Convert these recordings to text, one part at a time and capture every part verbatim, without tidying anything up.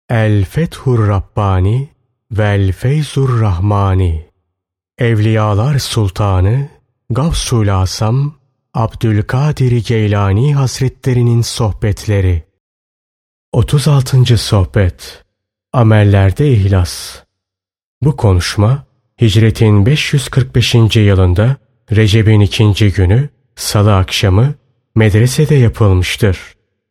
El Fethur Rabbani vel Feyzur Rahmani. Evliyalar Sultanı Gavsul Asam Abdülkadir Geylani Hazretlerinin sohbetleri. otuz altıncı sohbet. Amellerde İhlas. Bu konuşma Hicretin beş yüz kırk beşinci yılında Recep'in ikinci günü Salı akşamı medresede yapılmıştır.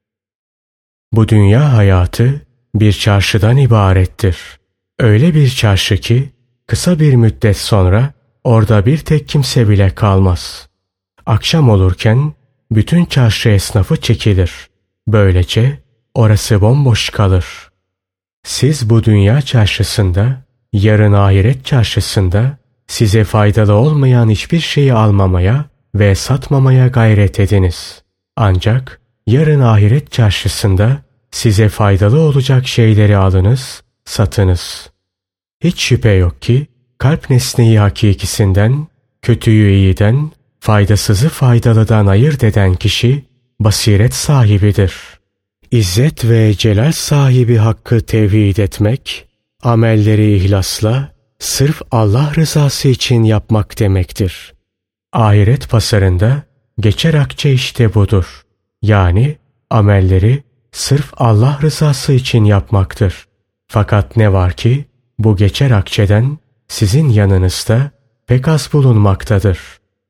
Bu dünya hayatı bir çarşıdan ibarettir. Öyle bir çarşı ki kısa bir müddet sonra orada bir tek kimse bile kalmaz. Akşam olurken bütün çarşı esnafı çekilir. Böylece orası bomboş kalır. Siz bu dünya çarşısında, yarın ahiret çarşısında size faydalı olmayan hiçbir şeyi almamaya ve satmamaya gayret ediniz. Ancak yarın ahiret çarşısında size faydalı olacak şeyleri alınız, satınız. Hiç şüphe yok ki kalp nesneyi hakikisinden, kötüyü iyiden, faydasızı faydalıdan ayırt eden kişi basiret sahibidir. İzzet ve celal sahibi hakkı tevhid etmek, amelleri ihlasla, sırf Allah rızası için yapmak demektir. Ahiret pazarında geçer akçe işte budur. Yani amelleri sırf Allah rızası için yapmaktır. Fakat ne var ki bu geçer akçeden sizin yanınızda pek az bulunmaktadır.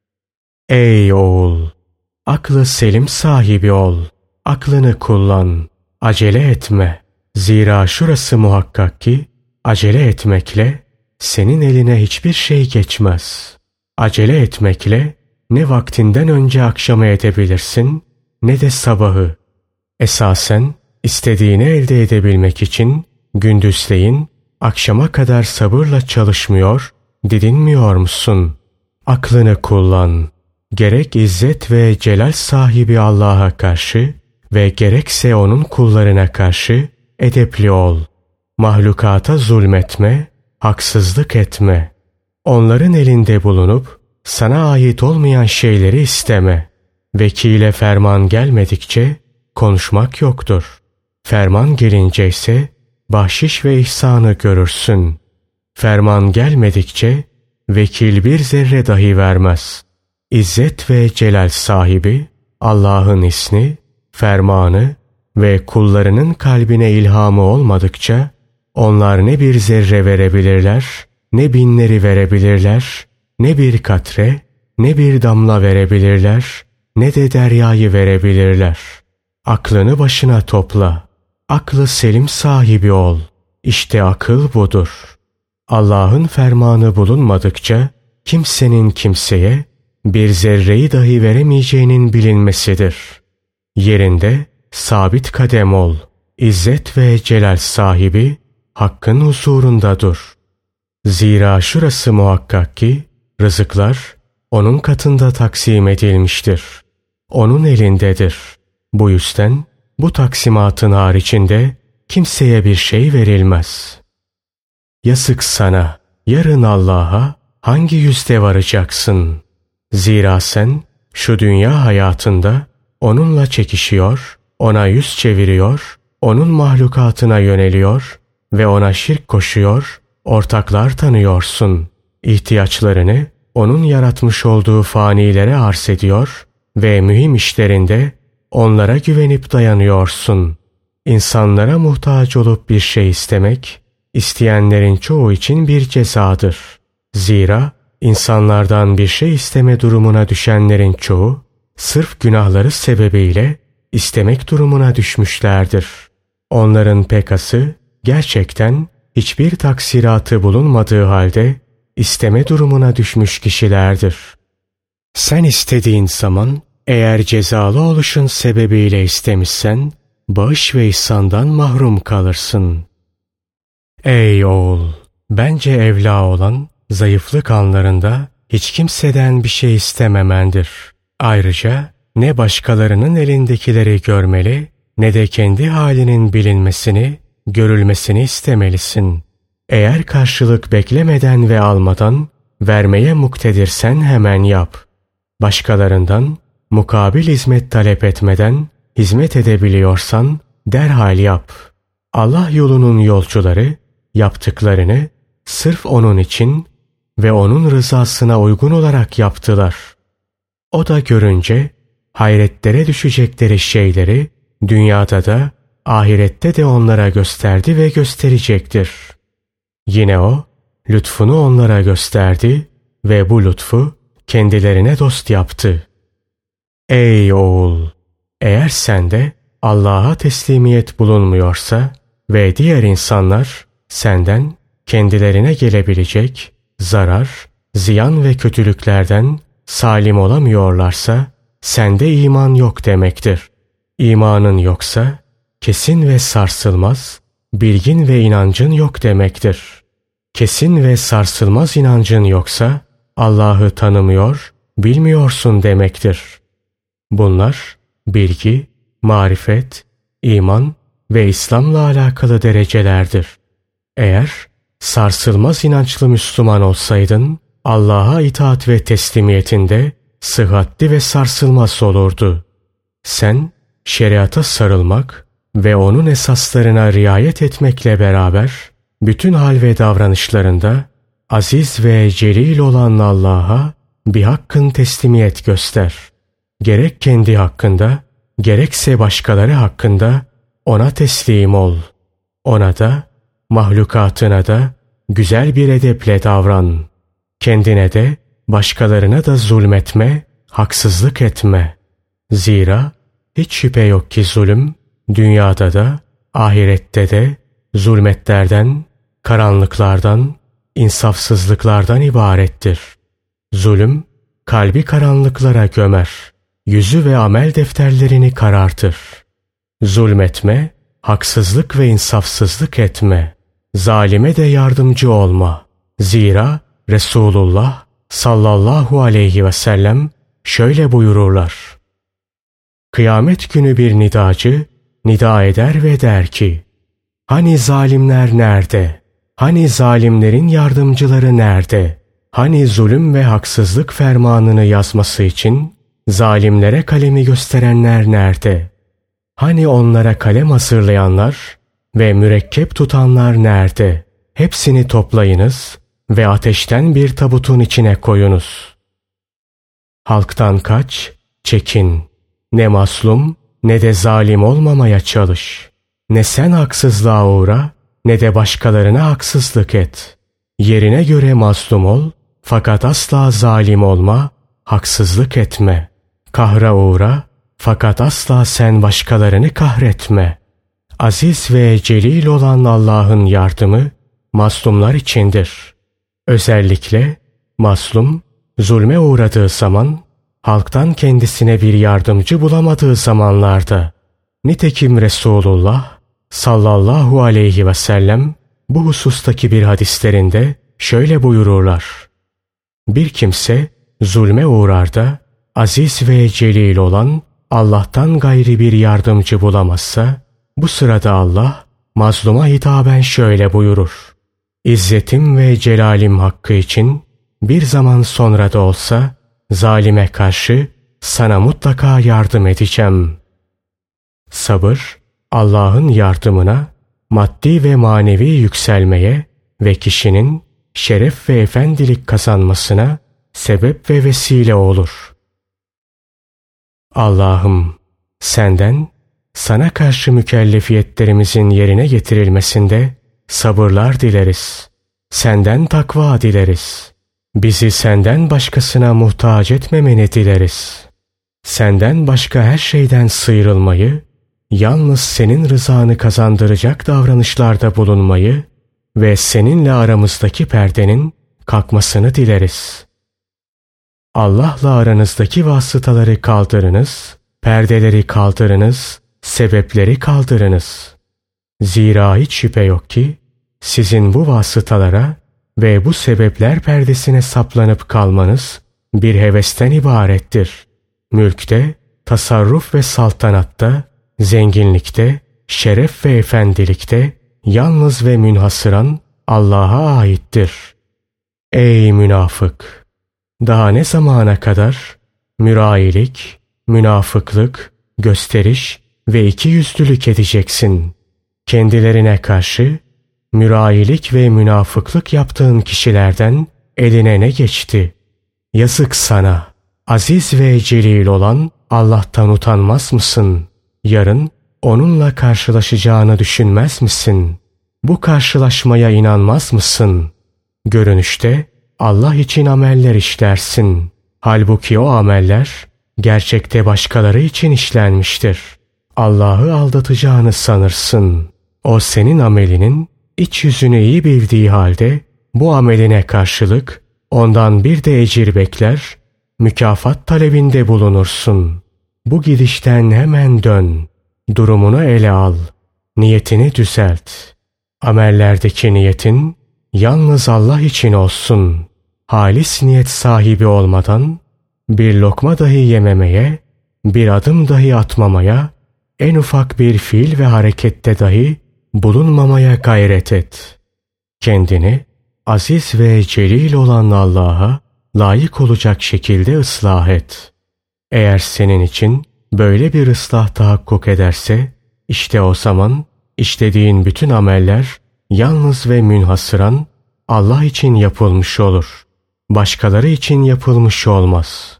Ey oğul! Aklı selim sahibi ol. Aklını kullan. Acele etme. Zira şurası muhakkak ki acele etmekle senin eline hiçbir şey geçmez. Acele etmekle ne vaktinden önce akşamı edebilirsin ne de sabahı. Esasen istediğini elde edebilmek için gündüzleyin akşama kadar sabırla çalışmıyor, didinmiyor musun? Aklını kullan. Gerek izzet ve celal sahibi Allah'a karşı ve gerekse onun kullarına karşı edepli ol. Mahlukata zulmetme, haksızlık etme. Onların elinde bulunup sana ait olmayan şeyleri isteme. Vekile ferman gelmedikçe konuşmak yoktur. Ferman gelince ise bahşiş ve ihsanı görürsün. Ferman gelmedikçe vekil bir zerre dahi vermez. İzzet ve celal sahibi Allah'ın ismi, fermanı ve kullarının kalbine ilhamı olmadıkça onlar ne bir zerre verebilirler, ne binleri verebilirler, ne bir katre, ne bir damla verebilirler, ne de deryayı verebilirler. Aklını başına topla. Aklı selim sahibi ol. İşte akıl budur. Allah'ın fermanı bulunmadıkça kimsenin kimseye bir zerreyi dahi veremeyeceğinin bilinmesidir. Yerinde sabit kadem ol. İzzet ve celal sahibi Hakk'ın huzurunda dur. Zira şurası muhakkak ki rızıklar onun katında taksim edilmiştir. Onun elindedir. Bu yüzden bu taksimatın haricinde kimseye bir şey verilmez. Yazık sana, yarın Allah'a hangi yüzde varacaksın? Zira sen şu dünya hayatında onunla çekişiyor, ona yüz çeviriyor, onun mahlukatına yöneliyor ve ona şirk koşuyor, ortaklar tanıyorsun. İhtiyaçlarını onun yaratmış olduğu fanilere arz ediyor ve mühim işlerinde onlara güvenip dayanıyorsun. İnsanlara muhtaç olup bir şey istemek, isteyenlerin çoğu için bir cezadır. Zira insanlardan bir şey isteme durumuna düşenlerin çoğu, sırf günahları sebebiyle istemek durumuna düşmüşlerdir. Onların pekası gerçekten hiçbir taksiratı bulunmadığı halde isteme durumuna düşmüş kişilerdir. Sen istediğin zaman eğer cezalı oluşun sebebiyle istemişsen, bağış ve ihsandan mahrum kalırsın. Ey oğul! Bence evla olan, zayıflık anlarında hiç kimseden bir şey istememendir. Ayrıca ne başkalarının elindekileri görmeli, ne de kendi halinin bilinmesini, görülmesini istemelisin. Eğer karşılık beklemeden ve almadan, vermeye muktedirsen hemen yap. Başkalarından mukabil hizmet talep etmeden hizmet edebiliyorsan derhal yap. Allah yolunun yolcuları yaptıklarını sırf onun için ve onun rızasına uygun olarak yaptılar. O da görünce hayretlere düşecekleri şeyleri dünyada da ahirette de onlara gösterdi ve gösterecektir. Yine o lütfunu onlara gösterdi ve bu lütfu kendilerine dost yaptı. Ey oğul! Eğer sende Allah'a teslimiyet bulunmuyorsa ve diğer insanlar senden kendilerine gelebilecek zarar, ziyan ve kötülüklerden salim olamıyorlarsa sende iman yok demektir. İmanın yoksa kesin ve sarsılmaz, bilgin ve inancın yok demektir. Kesin ve sarsılmaz inancın yoksa Allah'ı tanımıyor, bilmiyorsun demektir. Bunlar bilgi, marifet, iman ve İslam'la alakalı derecelerdir. Eğer sarsılmaz inançlı Müslüman olsaydın, Allah'a itaat ve teslimiyetinde sıhhatli ve sarsılmaz olurdu. Sen şeriata sarılmak ve onun esaslarına riayet etmekle beraber bütün hal ve davranışlarında aziz ve celil olan Allah'a bir hakkın teslimiyet göster. Gerek kendi hakkında, gerekse başkaları hakkında ona teslim ol. Ona da, mahlukatına da güzel bir edeple davran. Kendine de, başkalarına da zulmetme, haksızlık etme. Zira hiç şüphe yok ki zulüm, dünyada da, ahirette de zulmetlerden, karanlıklardan, insafsızlıklardan ibarettir. Zulüm, kalbi karanlıklara gömer, yüzü ve amel defterlerini karartır. Zulmetme, haksızlık ve insafsızlık etme, zalime de yardımcı olma. Zira Resulullah sallallahu aleyhi ve sellem şöyle buyururlar. Kıyamet günü bir nidacı nida eder ve der ki, hani zalimler nerede? Hani zalimlerin yardımcıları nerede? Hani zulüm ve haksızlık fermanını yazması için zalimlere kalemi gösterenler nerede? Hani onlara kalem hazırlayanlar ve mürekkep tutanlar nerede? Hepsini toplayınız ve ateşten bir tabutun içine koyunuz. Halktan kaç, çekin. Ne mazlum ne de zalim olmamaya çalış. Ne sen haksızlığa uğra ne de başkalarına haksızlık et. Yerine göre mazlum ol fakat asla zalim olma, haksızlık etme. Kahra uğra fakat asla sen başkalarını kahretme. Aziz ve celil olan Allah'ın yardımı mazlumlar içindir. Özellikle mazlum zulme uğradığı zaman, halktan kendisine bir yardımcı bulamadığı zamanlarda. Nitekim Resulullah sallallahu aleyhi ve sellem bu husustaki bir hadislerinde şöyle buyururlar. Bir kimse zulme uğrar da aziz ve celil olan Allah'tan gayri bir yardımcı bulamazsa, bu sırada Allah mazluma hitaben şöyle buyurur. İzzetim ve celalim hakkı için bir zaman sonra da olsa zalime karşı sana mutlaka yardım edeceğim. Sabır, Allah'ın yardımına, maddi ve manevi yükselmeye ve kişinin şeref ve efendilik kazanmasına sebep ve vesile olur. Allah'ım, senden sana karşı mükellefiyetlerimizin yerine getirilmesinde sabırlar dileriz. Senden takva dileriz. Bizi senden başkasına muhtaç etmemeni dileriz. Senden başka her şeyden sıyrılmayı, yalnız senin rızanı kazandıracak davranışlarda bulunmayı ve seninle aramızdaki perdenin kalkmasını dileriz. Allah'la aranızdaki vasıtaları kaldırınız, perdeleri kaldırınız, sebepleri kaldırınız. Zira hiç şüphe yok ki sizin bu vasıtalara ve bu sebepler perdesine saplanıp kalmanız bir hevesten ibarettir. Mülkte, tasarruf ve saltanatta, zenginlikte, şeref ve efendilikte yalnız ve münhasıran Allah'a aittir. Ey münafık! Daha ne zamana kadar mürailik, münafıklık, gösteriş ve ikiyüzlülük edeceksin? Kendilerine karşı mürayilik ve münafıklık yaptığın kişilerden eline ne geçti? Yazık sana! Aziz ve celil olan Allah'tan utanmaz mısın? Yarın onunla karşılaşacağını düşünmez misin? Bu karşılaşmaya inanmaz mısın? Görünüşte Allah için ameller işlersin. Halbuki o ameller gerçekte başkaları için işlenmiştir. Allah'ı aldatacağını sanırsın. O senin amelinin iç yüzünü iyi bildiği halde bu ameline karşılık ondan bir de ecir bekler, mükafat talebinde bulunursun. Bu gidişten hemen dön. Durumunu ele al. Niyetini düzelt. Amellerdeki niyetin yalnız Allah için olsun. Halis niyet sahibi olmadan bir lokma dahi yememeye, bir adım dahi atmamaya, en ufak bir fiil ve harekette dahi bulunmamaya gayret et. Kendini aziz ve celil olan Allah'a layık olacak şekilde ıslah et. Eğer senin için böyle bir ıslah tahakkuk ederse, işte o zaman işlediğin bütün ameller yalnız ve münhasıran Allah için yapılmış olur. Başkaları için yapılmış olmaz.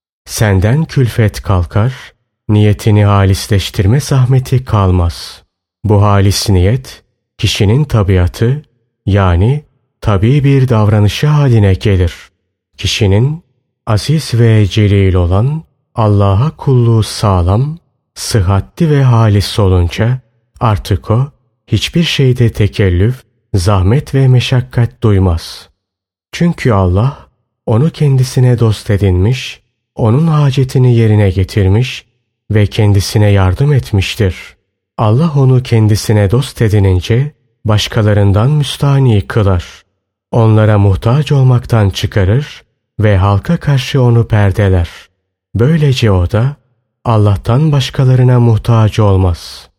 Senden külfet kalkar, niyetini halisleştirme zahmeti kalmaz. Bu halis niyet, kişinin tabiatı, yani tabii bir davranışı haline gelir. Kişinin aziz ve celil olan Allah'a kulluğu sağlam, sıhhatli ve halis olunca artık o hiçbir şeyde tekellüf, zahmet ve meşakkat duymaz. Çünkü Allah onu kendisine dost edinmiş, onun hacetini yerine getirmiş ve kendisine yardım etmiştir. Allah onu kendisine dost edinince başkalarından müstahni kılar. Onlara muhtaç olmaktan çıkarır ve halka karşı onu perdeler. Böylece o da Allah'tan başkalarına muhtaç olmaz.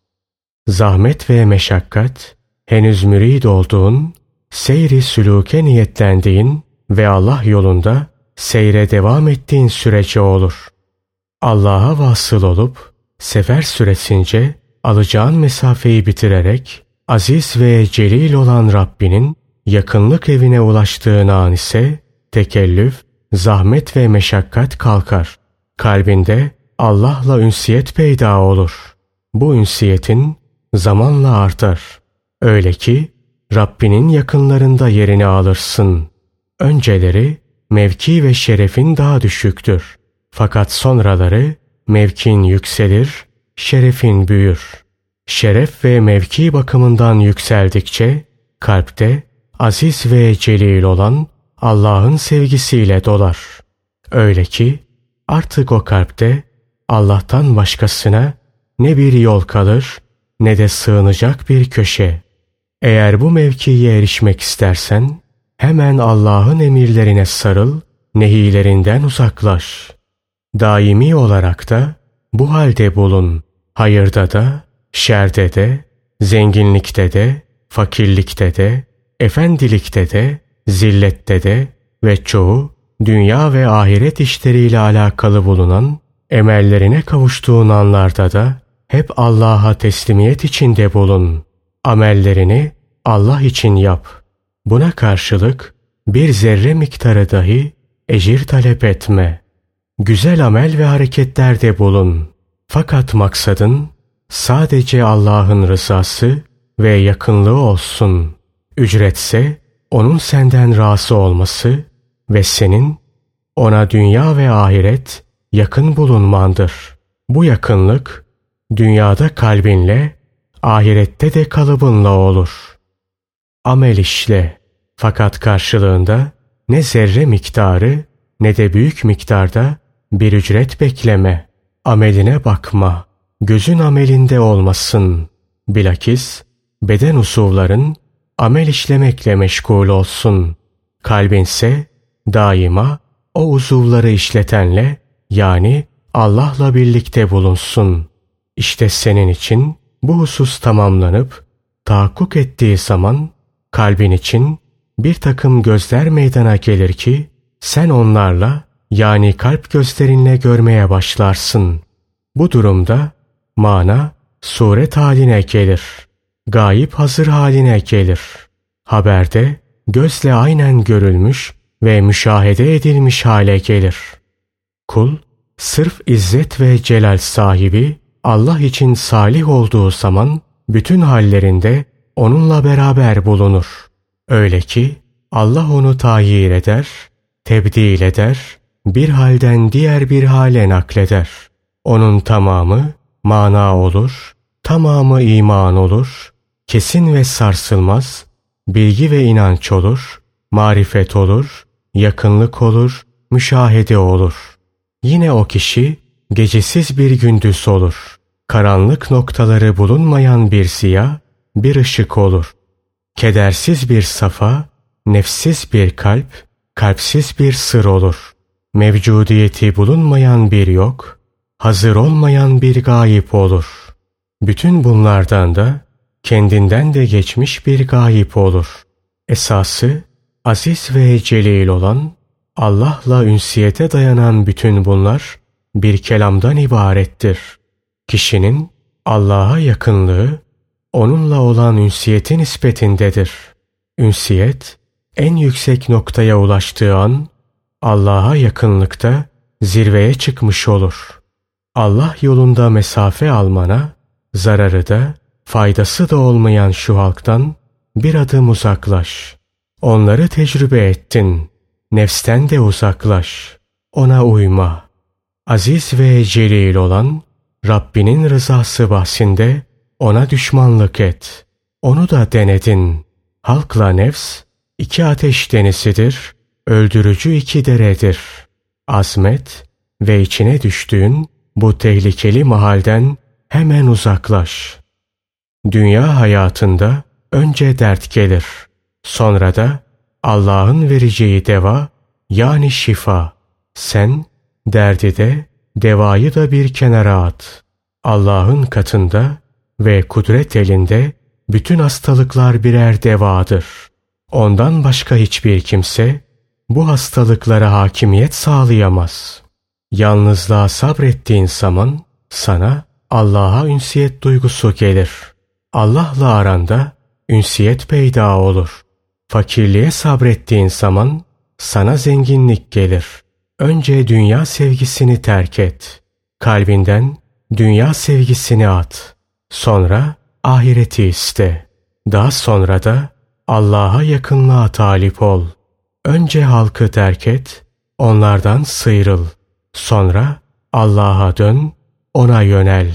Zahmet ve meşakkat henüz mürid olduğun, seyri sülûke niyetlendiğin ve Allah yolunda seyre devam ettiğin sürece olur. Allah'a vasıl olup sefer süresince alacağın mesafeyi bitirerek aziz ve celil olan Rabbinin yakınlık evine ulaştığın an ise tekellüf, zahmet ve meşakkat kalkar. Kalbinde Allah'la ünsiyet peyda olur. Bu ünsiyetin zamanla artar. Öyle ki Rabbinin yakınlarında yerini alırsın. Önceleri mevki ve şerefin daha düşüktür. Fakat sonraları mevkin yükselir, şerefin büyür. Şeref ve mevki bakımından yükseldikçe kalpte aziz ve celil olan Allah'ın sevgisiyle dolar. Öyle ki artık o kalpte Allah'tan başkasına ne bir yol kalır ne de sığınacak bir köşe. Eğer bu mevkiye erişmek istersen hemen Allah'ın emirlerine sarıl, nehilerinden uzaklaş. Daimi olarak da bu halde bulun. Hayırda da, şerde de, zenginlikte de, fakirlikte de, efendilikte de, zillette de ve çoğu dünya ve ahiret işleriyle alakalı bulunan emellerine kavuştuğun anlarda da hep Allah'a teslimiyet içinde bulun. Amellerini Allah için yap. Buna karşılık bir zerre miktarı dahi ecir talep etme. Güzel amel ve hareketlerde bulun. Fakat maksadın sadece Allah'ın rızası ve yakınlığı olsun. Ücretse onun senden razı olması ve senin ona dünya ve ahiret yakın bulunmandır. Bu yakınlık dünyada kalbinle, ahirette de kalıbınla olur. Amel işle, fakat karşılığında ne zerre miktarı ne de büyük miktarda bir ücret bekleme. Ameline bakma, gözün amelinde olmasın. Bilakis beden uzuvların amel işlemekle meşgul olsun. Kalbinse daima o uzuvları işletenle, yani Allah'la birlikte bulunsun. İşte senin için bu husus tamamlanıp tahakkuk ettiği zaman kalbin için bir takım gözler meydana gelir ki sen onlarla, yani kalp gözlerinle görmeye başlarsın. Bu durumda mana suret haline gelir. gayip hazır haline gelir. Haberde gözle aynen görülmüş ve müşahede edilmiş hale gelir. Kul, sırf izzet ve celal sahibi Allah için salih olduğu zaman bütün hallerinde onunla beraber bulunur. Öyle ki Allah onu tahyir eder, tebdil eder, bir halden diğer bir hale nakleder. Onun tamamı mana olur, tamamı iman olur, kesin ve sarsılmaz, bilgi ve inanç olur, marifet olur, yakınlık olur, müşahede olur. Yine o kişi gecesiz bir gündüz olur. Karanlık noktaları bulunmayan bir siyah, bir ışık olur. Kedersiz bir safa, nefsiz bir kalp, kalpsiz bir sır olur. Mevcudiyeti bulunmayan bir yok, hazır olmayan bir gayip olur. Bütün bunlardan da kendinden de geçmiş bir gayip olur. Esası aziz ve celil olan, Allah'la ünsiyete dayanan bütün bunlar bir kelamdan ibarettir. Kişinin Allah'a yakınlığı, onunla olan ünsiyeti nispetindedir. Ünsiyet, en yüksek noktaya ulaştığı an, Allah'a yakınlıkta zirveye çıkmış olur. Allah yolunda mesafe almana, zararı da, faydası da olmayan şu halktan bir adım uzaklaş. Onları tecrübe ettin. Nefsten de uzaklaş. Ona uyma. Aziz ve celil olan Rabbinin rızası bahsinde ona düşmanlık et. Onu da denedin. Halkla nefs iki ateş denizidir, öldürücü iki deredir. Azmet ve içine düştüğün bu tehlikeli mahalden hemen uzaklaş. Dünya hayatında önce dert gelir. Sonra da Allah'ın vereceği deva, yani şifa. Sen derdi de devayı da bir kenara at. Allah'ın katında ve kudret elinde bütün hastalıklar birer devadır. Ondan başka hiçbir kimse bu hastalıklara hakimiyet sağlayamaz. Yalnızlığa sabrettiğin zaman sana Allah'a ünsiyet duygusu gelir. Allah'la aranda ünsiyet peyda olur. Fakirliğe sabrettiğin zaman sana zenginlik gelir. Önce dünya sevgisini terk et. Kalbinden dünya sevgisini at. Sonra ahireti iste. Daha sonra da Allah'a yakınlığa talip ol. Önce halkı terk et, onlardan sıyrıl. Sonra Allah'a dön, ona yönel.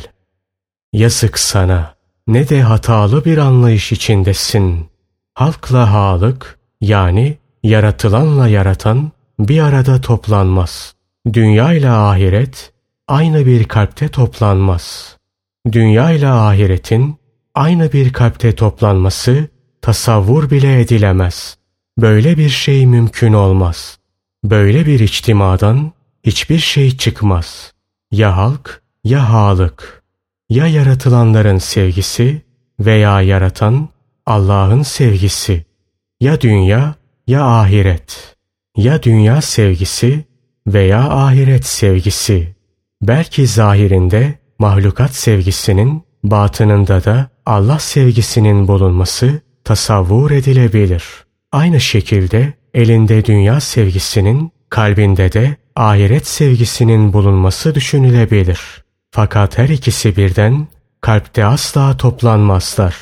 Yazık sana, ne de hatalı bir anlayış içindesin. Halkla halık, yani yaratılanla yaratan bir arada toplanmaz. Dünya ile ahiret aynı bir kalpte toplanmaz. Dünya ile ahiretin aynı bir kalpte toplanması tasavvur bile edilemez. Böyle bir şey mümkün olmaz. Böyle bir içtimadan hiçbir şey çıkmaz. Ya halk ya halık. Ya yaratılanların sevgisi veya yaratan Allah'ın sevgisi. Ya dünya ya ahiret. Ya dünya sevgisi veya ahiret sevgisi. Belki zahirinde mahlukat sevgisinin, batınında da Allah sevgisinin bulunması tasavvur edilebilir. Aynı şekilde elinde dünya sevgisinin, kalbinde de ahiret sevgisinin bulunması düşünülebilir. Fakat her ikisi birden kalpte asla toplanmazlar.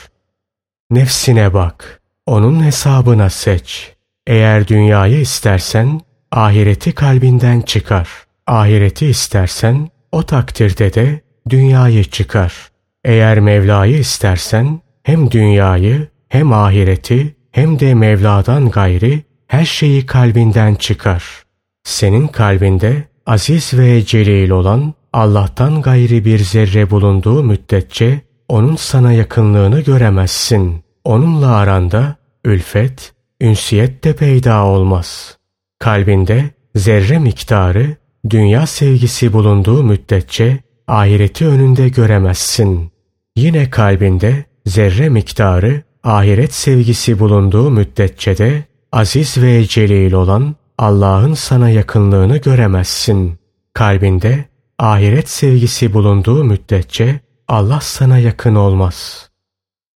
Nefsine bak, onun hesabına seç. Eğer dünyayı istersen ahireti kalbinden çıkar. Ahireti istersen o takdirde de dünyayı çıkar. Eğer Mevla'yı istersen hem dünyayı hem ahireti hem de Mevla'dan gayri her şeyi kalbinden çıkar. Senin kalbinde aziz ve celil olan Allah'tan gayri bir zerre bulunduğu müddetçe onun sana yakınlığını göremezsin. Onunla aranda ülfet, ünsiyet de peyda olmaz. Kalbinde zerre miktarı dünya sevgisi bulunduğu müddetçe ahireti önünde göremezsin. Yine kalbinde zerre miktarı ahiret sevgisi bulunduğu müddetçe de aziz ve celil olan Allah'ın sana yakınlığını göremezsin. Kalbinde ahiret sevgisi bulunduğu müddetçe Allah sana yakın olmaz.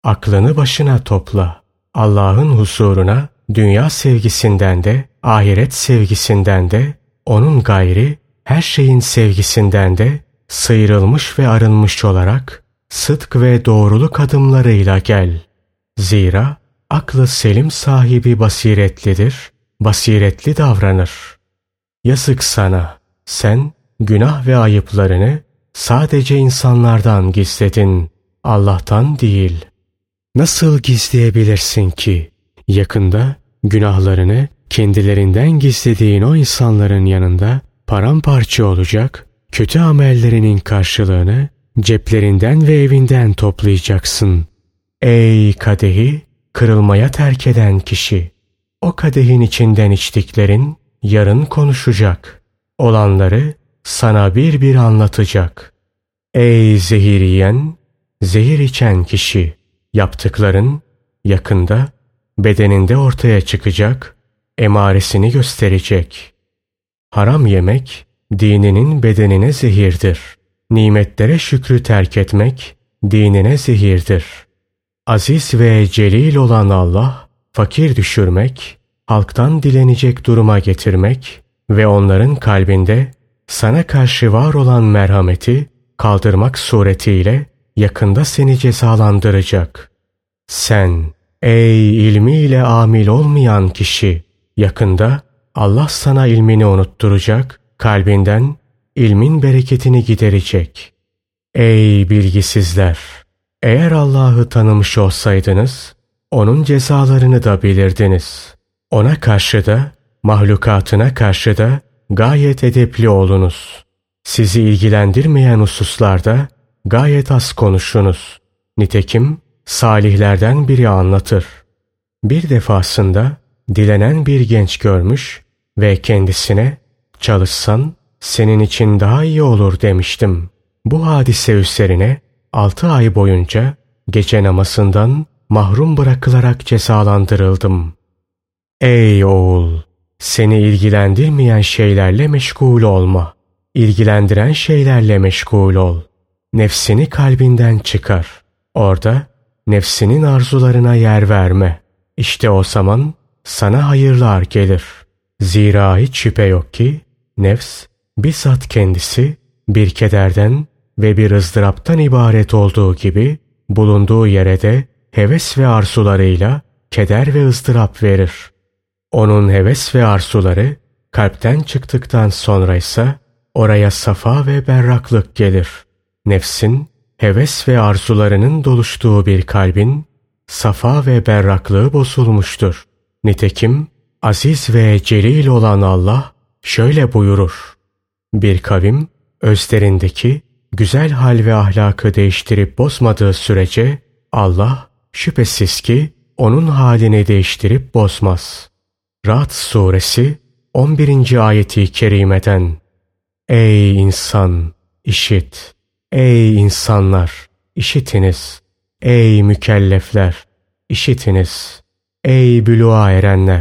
aklını başına topla. Allah'ın huzuruna dünya sevgisinden de, ahiret sevgisinden de, onun gayri her şeyin sevgisinden de sıyrılmış ve arınmış olarak sıdk ve doğruluk adımlarıyla gel. Zira aklı selim sahibi basiretlidir, basiretli davranır. Yazık sana, sen günah ve ayıplarını sadece insanlardan gizledin, Allah'tan değil. Nasıl gizleyebilirsin ki? Yakında günahlarını kendilerinden gizlediğin o insanların yanında paramparça olacak, kötü amellerinin karşılığını ceplerinden ve evinden toplayacaksın. Ey kadehi kırılmaya terk eden kişi! O kadehin içinden içtiklerin yarın konuşacak. Olanları sana bir bir anlatacak. Ey zehir yiyen, zehir içen kişi! Yaptıkların yakında bedeninde ortaya çıkacak, emaresini gösterecek. Haram yemek dininin bedenine zehirdir. Nimetlere şükrü terk etmek dinine zehirdir. Aziz ve celil olan Allah, fakir düşürmek, halktan dilenecek duruma getirmek ve onların kalbinde sana karşı var olan merhameti kaldırmak suretiyle yakında seni cezalandıracak. Sen, ey ilmiyle amil olmayan kişi, yakında Allah sana ilmini unutturacak, kalbinden ilmin bereketini giderecek. Ey bilgisizler! Eğer Allah'ı tanımış olsaydınız, onun cezalarını da bilirdiniz. Ona karşı da, mahlukatına karşı da gayet edepli olunuz. Sizi ilgilendirmeyen hususlarda gayet az konuşunuz. Nitekim salihlerden biri anlatır. Bir defasında dilenen bir genç görmüş ve kendisine çalışsan senin için daha iyi olur demiştim. Bu hadise üzerine altı ay boyunca gece namazından mahrum bırakılarak cezalandırıldım. Ey oğul! Seni ilgilendirmeyen şeylerle meşgul olma. İlgilendiren şeylerle meşgul ol. Nefsini kalbinden çıkar. Orada nefsinin arzularına yer verme. İşte o zaman sana hayırlar gelir. Zira hiç şüphe yok ki nefs bizzat kendisi bir kederden ve bir ızdıraptan ibaret olduğu gibi bulunduğu yere de heves ve arzularıyla keder ve ızdırap verir. Onun heves ve arzuları kalpten çıktıktan sonra ise oraya safa ve berraklık gelir. Nefsin heves ve arzularının doluştuğu bir kalbin safa ve berraklığı bozulmuştur. Nitekim aziz ve celil olan Allah şöyle buyurur. Bir kavim özlerindeki güzel hal ve ahlakı değiştirip bozmadığı sürece Allah şüphesiz ki onun halini değiştirip bozmaz. Ra'd suresi on birinci ayeti kerimeden Ey insan! İşit! Ey insanlar! İşitiniz! Ey mükellefler! İşitiniz! Ey büluğa erenler!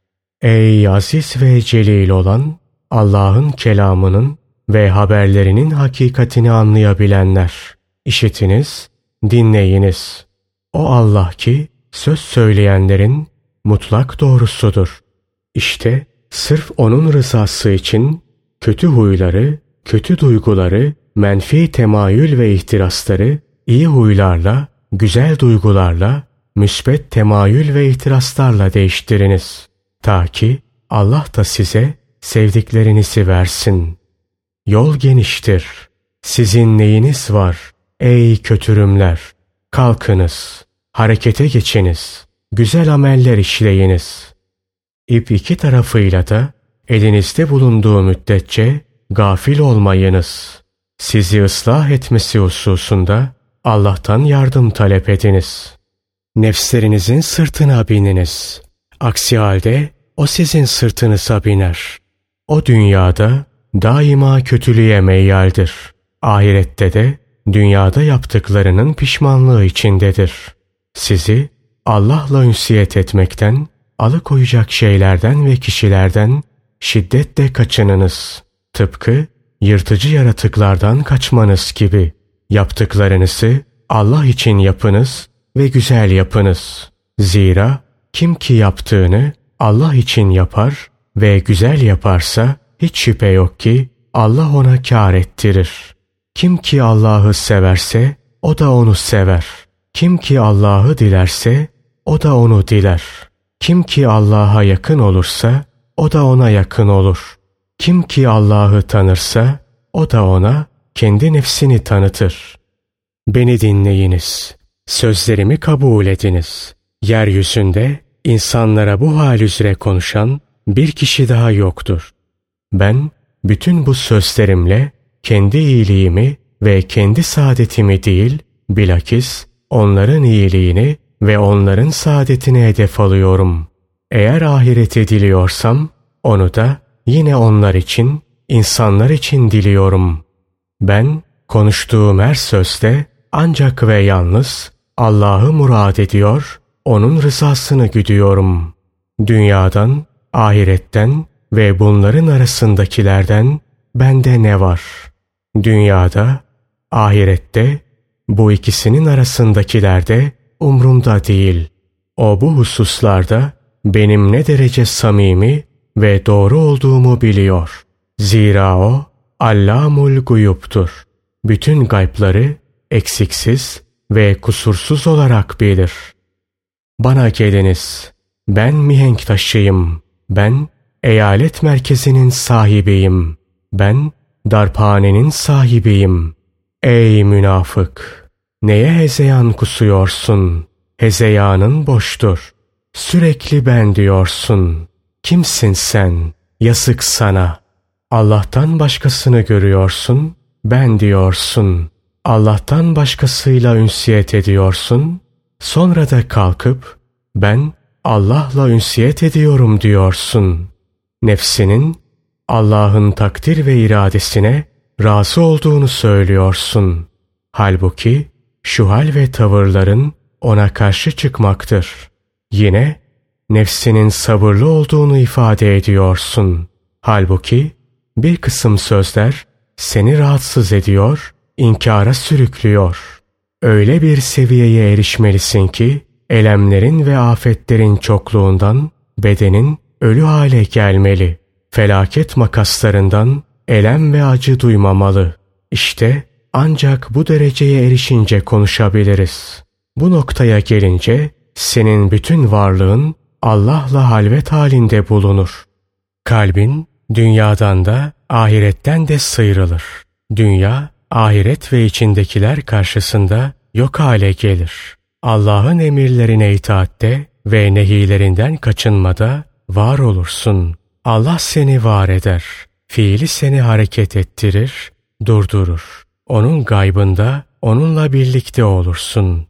Ey aziz ve celil olan Allah'ın kelamının ve haberlerinin hakikatini anlayabilenler! İşitiniz, dinleyiniz! O Allah ki söz söyleyenlerin mutlak doğrusudur. İşte sırf onun rızası için kötü huyları, kötü duyguları, menfi temayül ve ihtirasları iyi huylarla, güzel duygularla, müsbet temayül ve ihtiraslarla değiştiriniz. Ta ki Allah da size sevdiklerinizi versin. Yol geniştir. Sizin neyiniz var? Ey kötürümler! Kalkınız, harekete geçiniz, güzel ameller işleyiniz. İp iki tarafıyla da elinizde bulunduğu müddetçe gafil olmayınız. Sizi ıslah etmesi hususunda Allah'tan yardım talep ediniz. Nefslerinizin sırtına bininiz. Aksi halde o sizin sırtınıza biner. O dünyada daima kötülüğe meyyaldir. Ahirette de dünyada yaptıklarının pişmanlığı içindedir. Sizi Allah'la ünsiyet etmekten, alıkoyacak şeylerden ve kişilerden şiddetle kaçınınız. Tıpkı yırtıcı yaratıklardan kaçmanız gibi. Yaptıklarınızı Allah için yapınız ve güzel yapınız. Zira kim ki yaptığını Allah için yapar ve güzel yaparsa hiç şüphe yok ki Allah ona kâr ettirir. Kim ki Allah'ı severse o da onu sever. Kim ki Allah'ı dilerse o da onu diler. Kim ki Allah'a yakın olursa o da ona yakın olur. Kim ki Allah'ı tanırsa o da ona kendi nefsini tanıtır. Beni dinleyiniz. Sözlerimi kabul ediniz. Yeryüzünde insanlara bu hal üzere konuşan bir kişi daha yoktur. Ben bütün bu sözlerimle kendi iyiliğimi ve kendi saadetimi değil, bilakis onların iyiliğini ve onların saadetini hedef alıyorum. Eğer ahireti diliyorsam onu da yine onlar için, insanlar için diliyorum. Ben konuştuğum her sözde ancak ve yalnız Allah'ı murad ediyor, onun rızasını güdüyorum. Dünyadan, ahiretten ve bunların arasındakilerden bende ne var? Dünyada, ahirette, bu ikisinin arasındakilerde umrumda değil. O bu hususlarda benim ne derece samimi ve doğru olduğumu biliyor. Zira o Allamul Guyub'tur. Bütün gaybları eksiksiz ve kusursuz olarak bilir. Bana geliniz. Ben mihenk taşıyım. Ben eyalet merkezinin sahibiyim. Ben darphanenin sahibiyim. Ey münafık! Neye hezeyan kusuyorsun? Hezeyanın boştur. Sürekli ben diyorsun. Kimsin sen? Yazık sana. Allah'tan başkasını görüyorsun. Ben diyorsun. Allah'tan başkasıyla ünsiyet ediyorsun. Sonra da kalkıp ben Allah'la ünsiyet ediyorum diyorsun. Nefsinin Allah'ın takdir ve iradesine razı olduğunu söylüyorsun. Halbuki şu hal ve tavırların ona karşı çıkmaktır. Yine nefsinin sabırlı olduğunu ifade ediyorsun. Halbuki bir kısım sözler seni rahatsız ediyor, inkara sürüklüyor. Öyle bir seviyeye erişmelisin ki elemlerin ve afetlerin çokluğundan bedenin ölü hale gelmeli. Felaket makaslarından elem ve acı duymamalı. İşte ancak bu dereceye erişince konuşabiliriz. Bu noktaya gelince senin bütün varlığın Allah'la halvet halinde bulunur. Kalbin dünyadan da ahiretten de sıyrılır. Dünya, ahiret ve içindekiler karşısında yok hale gelir. Allah'ın emirlerine itaatte ve nehilerinden kaçınmada var olursun. Allah seni var eder. Fiili seni hareket ettirir, durdurur. Onun gaybında onunla birlikte olursun.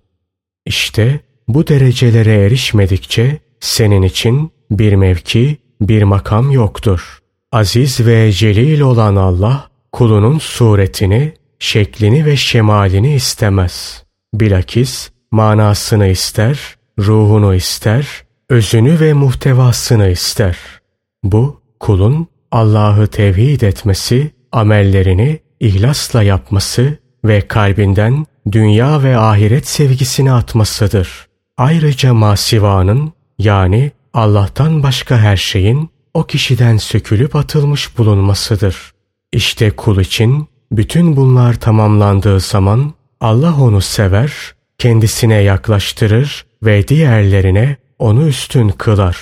İşte bu derecelere erişmedikçe senin için bir mevki, bir makam yoktur. Aziz ve celil olan Allah, kulunun suretini, şeklini ve şemalini istemez. Bilakis manasını ister, ruhunu ister, özünü ve muhtevasını ister. Bu, kulun Allah'ı tevhid etmesi, amellerini ihlasla yapması ve kalbinden dünya ve ahiret sevgisini atmasıdır. Ayrıca masivanın, yani Allah'tan başka her şeyin o kişiden sökülüp atılmış bulunmasıdır. İşte kul için bütün bunlar tamamlandığı zaman Allah onu sever, kendisine yaklaştırır ve diğerlerine onu üstün kılar.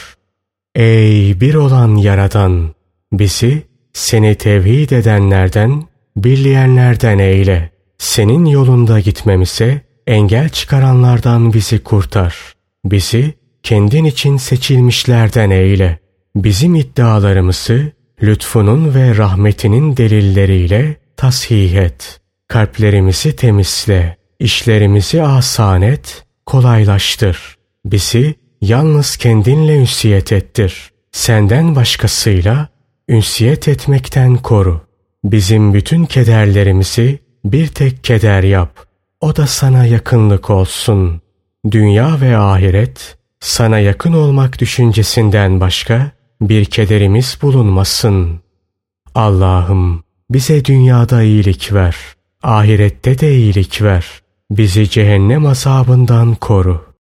Ey bir olan Yaradan! Bizi seni tevhid edenlerden, birleyenlerden eyle. Senin yolunda gitmemize engel çıkaranlardan bizi kurtar. Bizi kendin için seçilmişlerden eyle. Bizim iddialarımızı lütfunun ve rahmetinin delilleriyle tasih et. Kalplerimizi temizle, işlerimizi asan et, kolaylaştır. Bizi yalnız kendinle ünsiyet ettir. Senden başkasıyla ünsiyet etmekten koru. Bizim bütün kederlerimizi bir tek keder yap. O da sana yakınlık olsun. Dünya ve ahiret sana yakın olmak düşüncesinden başka bir kederimiz bulunmasın. Allah'ım bize dünyada iyilik ver. Ahirette de iyilik ver. Bizi cehennem azabından koru.